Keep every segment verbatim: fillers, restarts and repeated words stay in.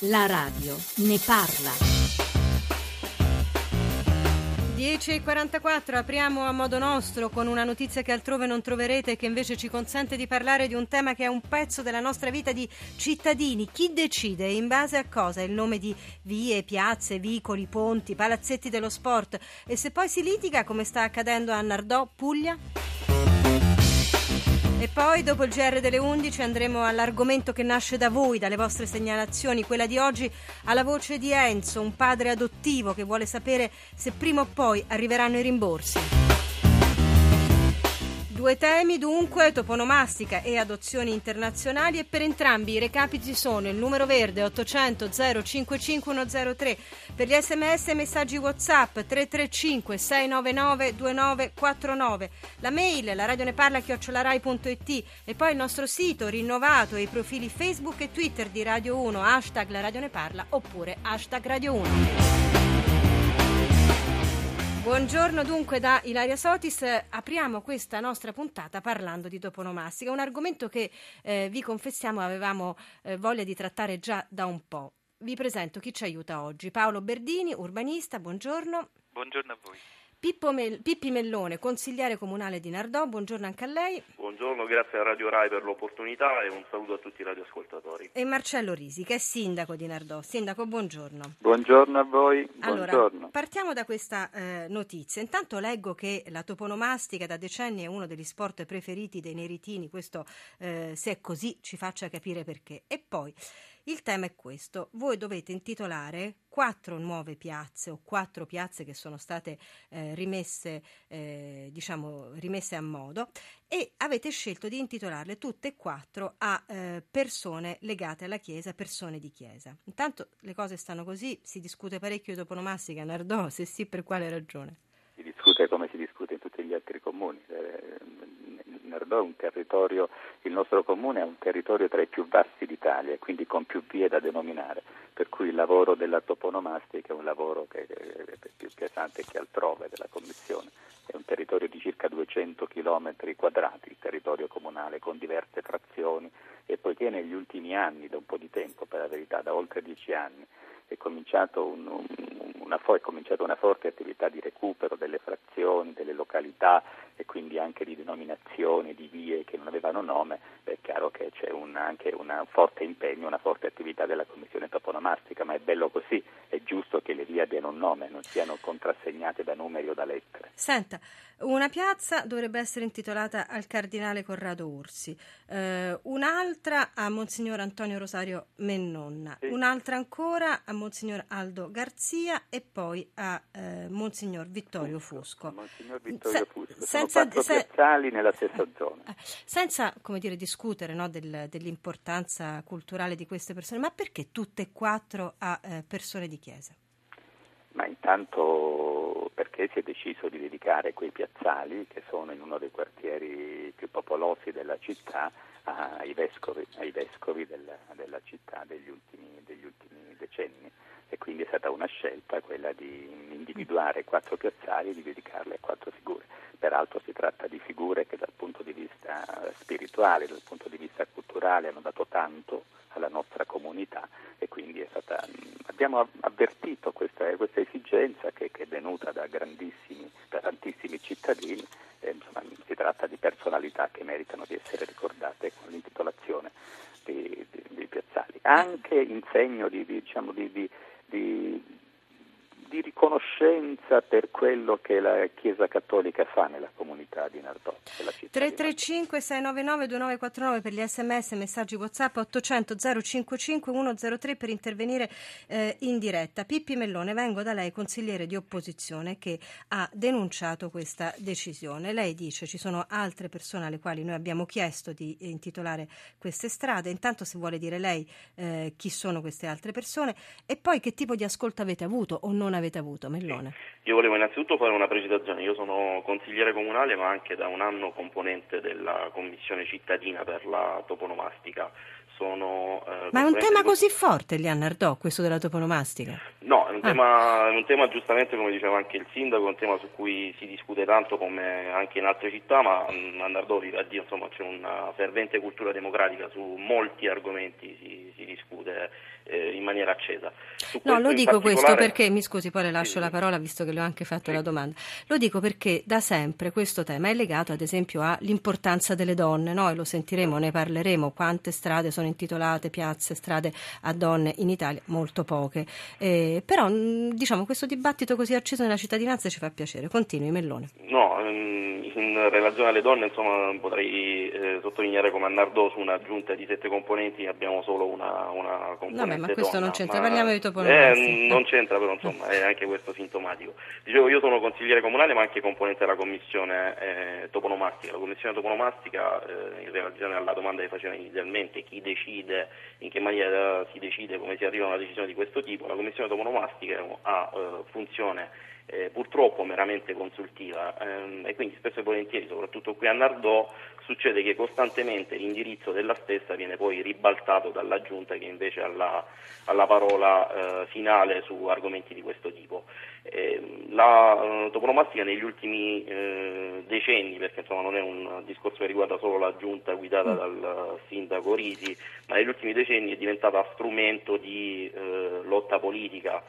La radio ne parla. dieci e quarantaquattro, apriamo a modo nostro con una notizia che altrove non troverete e che invece ci consente di parlare di un tema che è un pezzo della nostra vita di cittadini. Chi decide e in base a cosa il nome di vie, piazze, vicoli, ponti, palazzetti dello sport? E se poi si litiga, come sta accadendo a Nardò, Puglia? E poi, dopo il G R delle undici, andremo all'argomento che nasce da voi, dalle vostre segnalazioni, quella di oggi, alla voce di Enzo, un padre adottivo che vuole sapere se prima o poi arriveranno i rimborsi. Due temi dunque, toponomastica e adozioni internazionali, e per entrambi i recapiti sono il numero verde ottocento zero cinquantacinque centotre, per gli sms e messaggi WhatsApp tre tre cinque sei nove nove due nove quattro nove, la mail la radio ne parla chiocciola rai punto it e poi il nostro sito rinnovato e i profili Facebook e Twitter di Radio uno, hashtag la radio ne parla oppure hashtag Radio uno. Buongiorno dunque da Ilaria Sotis, apriamo questa nostra puntata parlando di toponomastica, un argomento che eh, vi confessiamo avevamo eh, voglia di trattare già da un po'. Vi presento chi ci aiuta oggi: Paolo Berdini, urbanista, buongiorno. Buongiorno a voi. Pippo Mel- Pippi Mellone, consigliere comunale di Nardò, buongiorno anche a lei. Buongiorno, grazie a Radio Rai per l'opportunità e un saluto a tutti i radioascoltatori. E Marcello Risi, che è sindaco di Nardò. Sindaco, buongiorno. Buongiorno a voi. Allora, buongiorno. partiamo da questa eh, notizia. Intanto leggo che la toponomastica da decenni è uno degli sport preferiti dei neritini, questo eh, se è così ci faccia capire perché. E poi il tema è questo: voi dovete intitolare quattro nuove piazze o quattro piazze che sono state eh, rimesse, eh, diciamo, rimesse a modo, e avete scelto di intitolarle tutte e quattro a eh, persone legate alla Chiesa, persone di Chiesa. Intanto le cose stanno così, si discute parecchio di toponomastica a Nardò, se sì per quale ragione? Si discute come si discute in tutti gli altri comuni. Nardò è un territorio, il nostro comune è un territorio tra i più vasti d'Italia, quindi con più vie da denominare, per cui il lavoro della toponomastica è un lavoro che è più pesante che altrove della Commissione. È un territorio di circa duecento chilometri quadrati, il territorio comunale, con diverse frazioni, e poiché negli ultimi anni, da un po' di tempo, per la verità, da oltre dieci anni, è cominciato un, un, una, è cominciata una forte attività di recupero delle frazioni, delle località e quindi anche di denominazioni, di vie che non avevano nome. È chiaro che c'è un, anche un forte impegno, una forte attività della Commissione toponomastica, ma è bello così, è giusto che le vie abbiano un nome, non siano contrassegnate da numeri o da lettere. Senta, una piazza dovrebbe essere intitolata al cardinale Corrado Orsi, eh, un'altra a Monsignor Antonio Rosario Mennonna, sì. Un'altra ancora a Monsignor Aldo Garzia e poi a eh, Monsignor Vittorio Fusco. Fusco. Monsignor Vittorio Se, Fusco. Sono senza, quattro se, piazzali nella stessa zona. Senza, come dire, discutere no, del, dell'importanza culturale di queste persone, ma perché tutte e quattro a eh, persone di Chiesa? Ma intanto perché si è deciso di dedicare quei piazzali, che sono in uno dei quartieri più popolosi della città, ai vescovi, ai vescovi della, della città degli ultimi, degli ultimi decenni, e quindi è stata una scelta quella di individuare quattro piazzali e di dedicarle a quattro figure. Peraltro si tratta di figure che dal punto di vista spirituale, dal punto di vista culturale hanno dato tanto alla nostra comunità, e quindi è stata, abbiamo avvertito questa, questa esigenza che, che è venuta da grandissimi, da tantissimi cittadini. E, insomma, si tratta di personalità che meritano di essere ricordate con l'intitolazione dei, dei, dei piazzali, anche in segno di, di, diciamo, di, di, di di riconoscenza per quello che la Chiesa Cattolica fa nella comunità di Nardò. tre tre cinque sei nove nove due nove quattro nove per gli sms, messaggi WhatsApp, ottocento zero cinquantacinque centotre per intervenire eh, in diretta. Pippi Mellone, vengo da lei, consigliere di opposizione, che ha denunciato questa decisione. Lei dice ci sono altre persone alle quali noi abbiamo chiesto di intitolare queste strade. Intanto, se vuole dire lei eh, chi sono queste altre persone e poi che tipo di ascolto avete avuto o non avete avuto, Mellone? Sì. Io volevo innanzitutto fare una precisazione. Io sono consigliere comunale, ma anche da un anno componente della commissione cittadina per la toponomastica. Sono, eh, ma è un tema così forte lì a Nardò, questo della toponomastica? No, è un un, Ah. tema, è un tema giustamente, come diceva anche il sindaco, è un tema su cui si discute tanto come anche in altre città, ma a Nardò, viva Dio, insomma, c'è una fervente cultura democratica, su molti argomenti si, si discute eh, in maniera accesa. Su No, questo lo in dico questo particolare- perché, mi scusi, poi le lascio Sì, la sì. parola visto che le ho anche fatto Sì. la domanda. Lo dico perché da sempre questo tema è legato ad esempio all'importanza delle donne, no? E lo sentiremo, ne parleremo, quante strade sono intitolate, piazze, strade a donne in Italia, molto poche. Eh, però mh, diciamo questo dibattito così acceso nella cittadinanza ci fa piacere. Continui, Mellone. No, ehm, in relazione alle donne, insomma, potrei eh, sottolineare come a Nardò su una giunta di sette componenti abbiamo solo una, una componente Vabbè, ma questo donna, non c'entra, ma- parliamo di toponomastica. Eh, non c'entra, però insomma è anche questo sintomatico. Dicevo, io sono consigliere comunale ma anche componente della commissione eh, toponomastica. La commissione toponomastica, eh, in relazione alla domanda che faceva inizialmente, chi decide, in che maniera si decide, come si arriva a una decisione di questo tipo, la commissione toponomastica ha eh, funzione Eh, purtroppo meramente consultiva ehm, e quindi spesso e volentieri, soprattutto qui a Nardò, succede che costantemente l'indirizzo della stessa viene poi ribaltato dalla giunta che invece ha la, ha la parola eh, finale su argomenti di questo tipo. Eh, la eh, toponomastica negli ultimi eh, decenni, perché insomma non è un discorso che riguarda solo la giunta guidata dal sindaco Risi, ma negli ultimi decenni è diventata strumento di eh, lotta politica,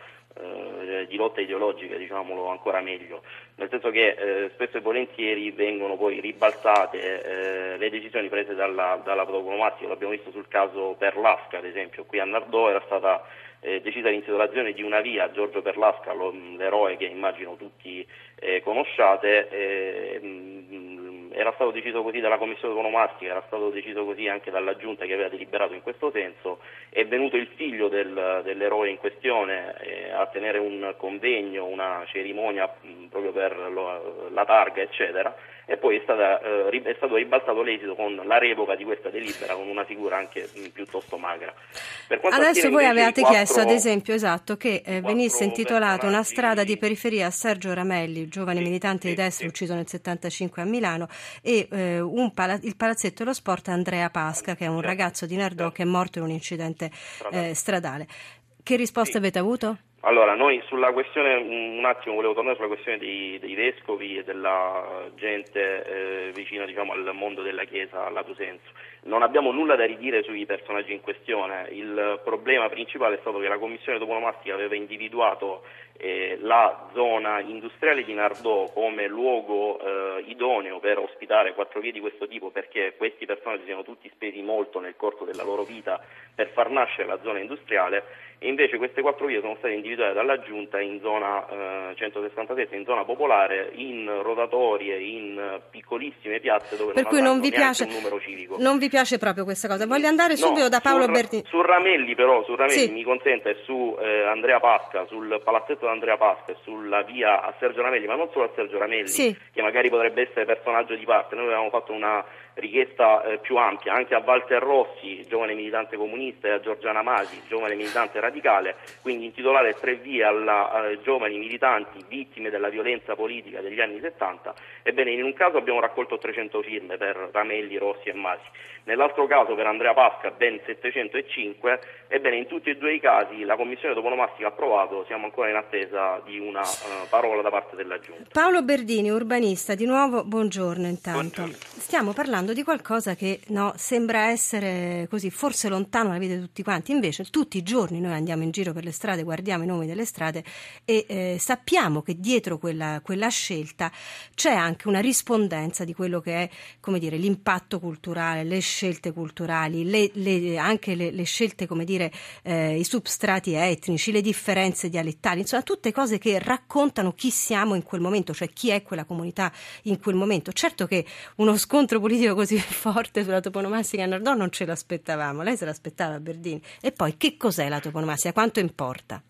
eh, di lotta ideologica, diciamolo ancora meglio, nel senso che eh, spesso e volentieri vengono poi ribaltate eh, le decisioni prese dalla, dalla toponomastica. L'abbiamo visto sul caso Perlasca, ad esempio, qui a Nardò era stata eh, decisa l'intitolazione di una via a Giorgio Perlasca, lo, l'eroe che immagino tutti eh, conosciate. eh, mh, Era stato deciso così dalla commissione toponomastica, era stato deciso così anche dalla giunta che aveva deliberato in questo senso. È venuto il figlio del, dell'eroe in questione eh, a tenere un convegno, una cerimonia mh, proprio per lo, la targa, eccetera, e poi è, stata, eh, è stato ribaltato l'esito con la revoca di questa delibera, con una figura anche mh, piuttosto magra. Per quanto Adesso attiene voi invece avevate i quattro- chiesto, ad esempio, esatto, che eh, i venisse quattro intitolata una personaggi- strada di periferia a Sergio Ramelli, giovane Sì, militante di sì, destra sì. ucciso nel settantacinque a Milano, e eh, un pala- il palazzetto dello sport a Andrea Pasca, che è un Certo, ragazzo di Nardò certo. che è morto in un incidente Stradale. eh, stradale. Che risposta Sì. avete avuto? Allora, noi sulla questione, un attimo volevo tornare sulla questione dei, dei vescovi e della gente eh, vicina, diciamo, al mondo della Chiesa, al lato senso. Non abbiamo nulla da ridire sui personaggi in questione. Il problema principale è stato che la commissione toponomastica aveva individuato eh, la zona industriale di Nardò come luogo eh, idoneo per ospitare quattro vie di questo tipo, perché questi personaggi siano tutti spesi molto nel corso della loro vita per far nascere la zona industriale. E invece queste quattro vie sono state individuate dalla Giunta in zona eh, centosessantasette, in zona popolare, in rotatorie, in eh, piccolissime piazze dove Per non cui non avranno vi neanche piace un numero civico. non vi piace proprio questa cosa. Voglio andare subito No, da Paolo su, Bertini. Su Ramelli però, su Ramelli Sì. mi consente, e su eh, Andrea Pasca, sul palazzetto di Andrea Pasca e sulla via a Sergio Ramelli, ma non solo a Sergio Ramelli, Sì. che magari potrebbe essere personaggio di parte. Noi avevamo fatto una richiesta eh, più ampia anche a Walter Rossi, giovane militante comunista, e a Giorgiana Masi, giovane militante radicale, quindi intitolare tre vie alla, a giovani militanti vittime della violenza politica degli anni settanta. Ebbene, in un caso abbiamo raccolto trecento firme per Ramelli, Rossi e Masi, nell'altro caso per Andrea Pasca ben settecentocinque. Ebbene, in tutti e due i casi la commissione toponomastica ha approvato, siamo ancora in attesa di una uh, parola da parte della Giunta. Paolo Berdini, urbanista, di nuovo buongiorno intanto. Buongiorno. Stiamo parlando di qualcosa che no, sembra essere così, forse lontano dalla vita di tutti quanti, invece tutti i giorni noi andiamo in giro per le strade, guardiamo i nomi delle strade e eh, sappiamo che dietro quella, quella scelta c'è anche una rispondenza di quello che è, come dire, l'impatto culturale, le scelte culturali, le, le, anche le, le scelte, come dire, eh, i substrati etnici, le differenze dialettali, insomma tutte cose che raccontano chi siamo in quel momento, cioè chi è quella comunità in quel momento. Certo che uno scontro politico così forte sulla toponomastica a Nardò non ce l'aspettavamo, lei se l'aspettava, Berdini? E poi che cos'è la toponomastica? Quanto importa?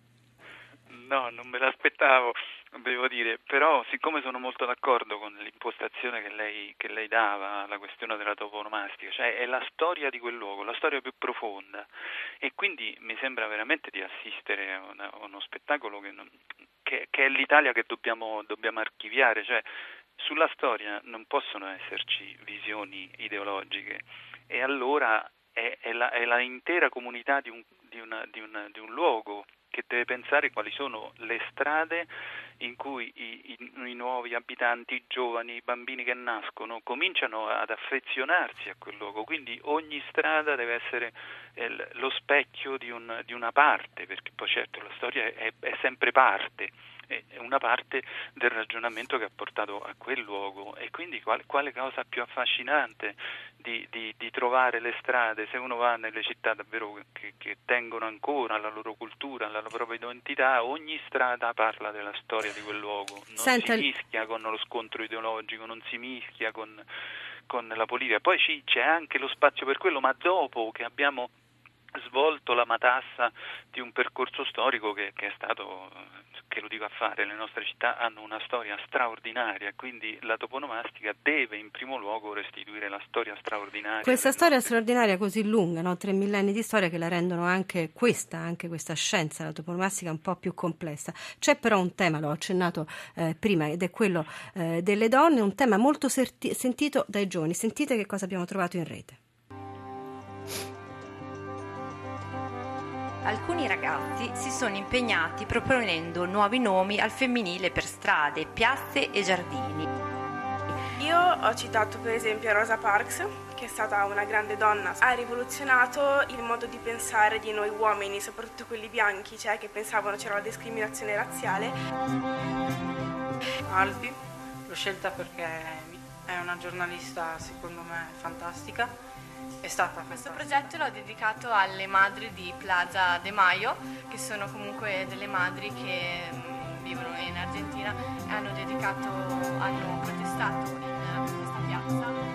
No, non me l'aspettavo, devo dire, però siccome sono molto d'accordo con l'impostazione che lei, che lei dava alla questione della toponomastica, cioè è la storia di quel luogo, la storia più profonda, e quindi mi sembra veramente di assistere a, una, a uno spettacolo che, non, che, che è l'Italia che dobbiamo, dobbiamo archiviare, cioè sulla storia non possono esserci visioni ideologiche, e allora è, è, la, è la intera comunità di un, di una, di una, di un luogo che deve pensare quali sono le strade in cui i, i, i nuovi abitanti, i giovani, i bambini che nascono cominciano ad affezionarsi a quel luogo, quindi ogni strada deve essere eh, lo specchio di, un, di una parte, perché poi certo la storia è, è sempre parte, è una parte del ragionamento che ha portato a quel luogo, e quindi quale, quale cosa più affascinante di, di, di trovare le strade, se uno va nelle città davvero che, che tengono ancora la loro cultura, la propria identità, ogni strada parla della storia di quel luogo, non Senta... si mischia con lo scontro ideologico, non si mischia con, con la politica, poi ci, c'è anche lo spazio per quello, ma dopo che abbiamo svolto la matassa di un percorso storico che, che è stato, che lo dico a fare, le nostre città hanno una storia straordinaria, quindi la toponomastica deve in primo luogo restituire la storia straordinaria. Questa storia nostre... straordinaria così lunga, no? Tre millenni di storia che la rendono anche questa, anche questa scienza, la toponomastica, un po' più complessa. C'è però un tema, l'ho accennato eh, prima, ed è quello eh, delle donne, un tema molto serti- sentito dai giovani. Sentite che cosa abbiamo trovato in rete. Alcuni ragazzi si sono impegnati proponendo nuovi nomi al femminile per strade, piazze e giardini. Io ho citato per esempio Rosa Parks, che è stata una grande donna. Ha rivoluzionato il modo di pensare di noi uomini, soprattutto quelli bianchi, cioè che pensavano c'era la discriminazione razziale. Albi, l'ho scelta perché è una giornalista secondo me fantastica. È stata Questo progetto l'ho dedicato alle madri di Plaza de Mayo, che sono comunque delle madri che mh, vivono in Argentina e hanno dedicato, hanno protestato in questa piazza.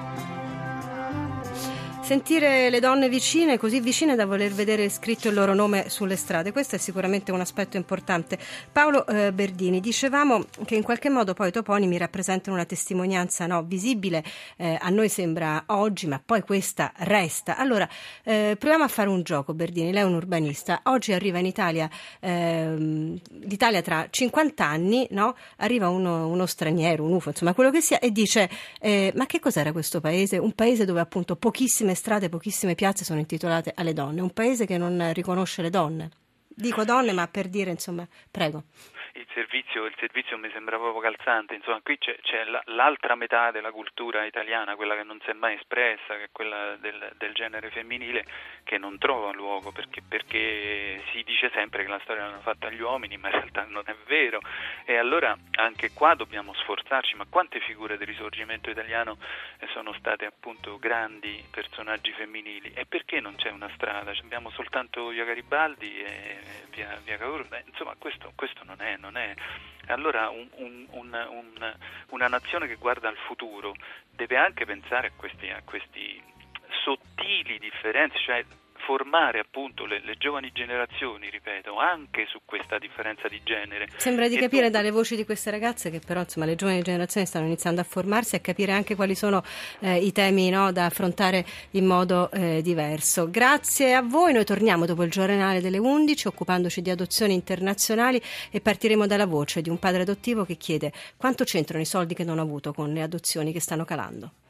Sentire le donne vicine, così vicine da voler vedere scritto il loro nome sulle strade, questo è sicuramente un aspetto importante. Paolo eh, Berdini, dicevamo che in qualche modo poi i toponimi rappresentano una testimonianza, no, visibile, eh, a noi sembra oggi, ma poi questa resta. Allora, eh, proviamo a fare un gioco, Berdini, lei è un urbanista, oggi arriva in Italia, eh, l'Italia tra cinquanta anni, no? Arriva uno, uno straniero, un U F O, insomma quello che sia, e dice eh, ma che cos'era questo paese? Un paese dove appunto pochissime strade, pochissime piazze sono intitolate alle donne, un paese che non riconosce le donne. Dico donne, ma per dire, insomma, prego. Il servizio, il servizio mi sembra proprio calzante, insomma qui c'è, c'è la, l'altra metà della cultura italiana, quella che non si è mai espressa, che è quella del, del genere femminile, che non trova luogo, perché, perché si dice sempre che la storia l'hanno fatta gli uomini, ma in realtà non è vero, e allora anche qua dobbiamo sforzarci. Ma quante figure del risorgimento italiano sono state appunto grandi personaggi femminili, e perché non c'è una strada? Abbiamo soltanto via Garibaldi e via, via Cavour. Beh, insomma questo, questo non è non è allora un, un, un, un, una nazione che guarda al futuro deve anche pensare a questi, a questi sottili differenze, cioè formare appunto le, le giovani generazioni, ripeto, anche su questa differenza di genere. Sembra di e capire tutto... dalle voci di queste ragazze che però insomma le giovani generazioni stanno iniziando a formarsi e a capire anche quali sono eh, i temi, no, da affrontare in modo eh, diverso. Grazie a voi, noi torniamo dopo il giornale delle undici occupandoci di adozioni internazionali e partiremo dalla voce di un padre adottivo che chiede quanto c'entrano i soldi che non ha avuto con le adozioni che stanno calando.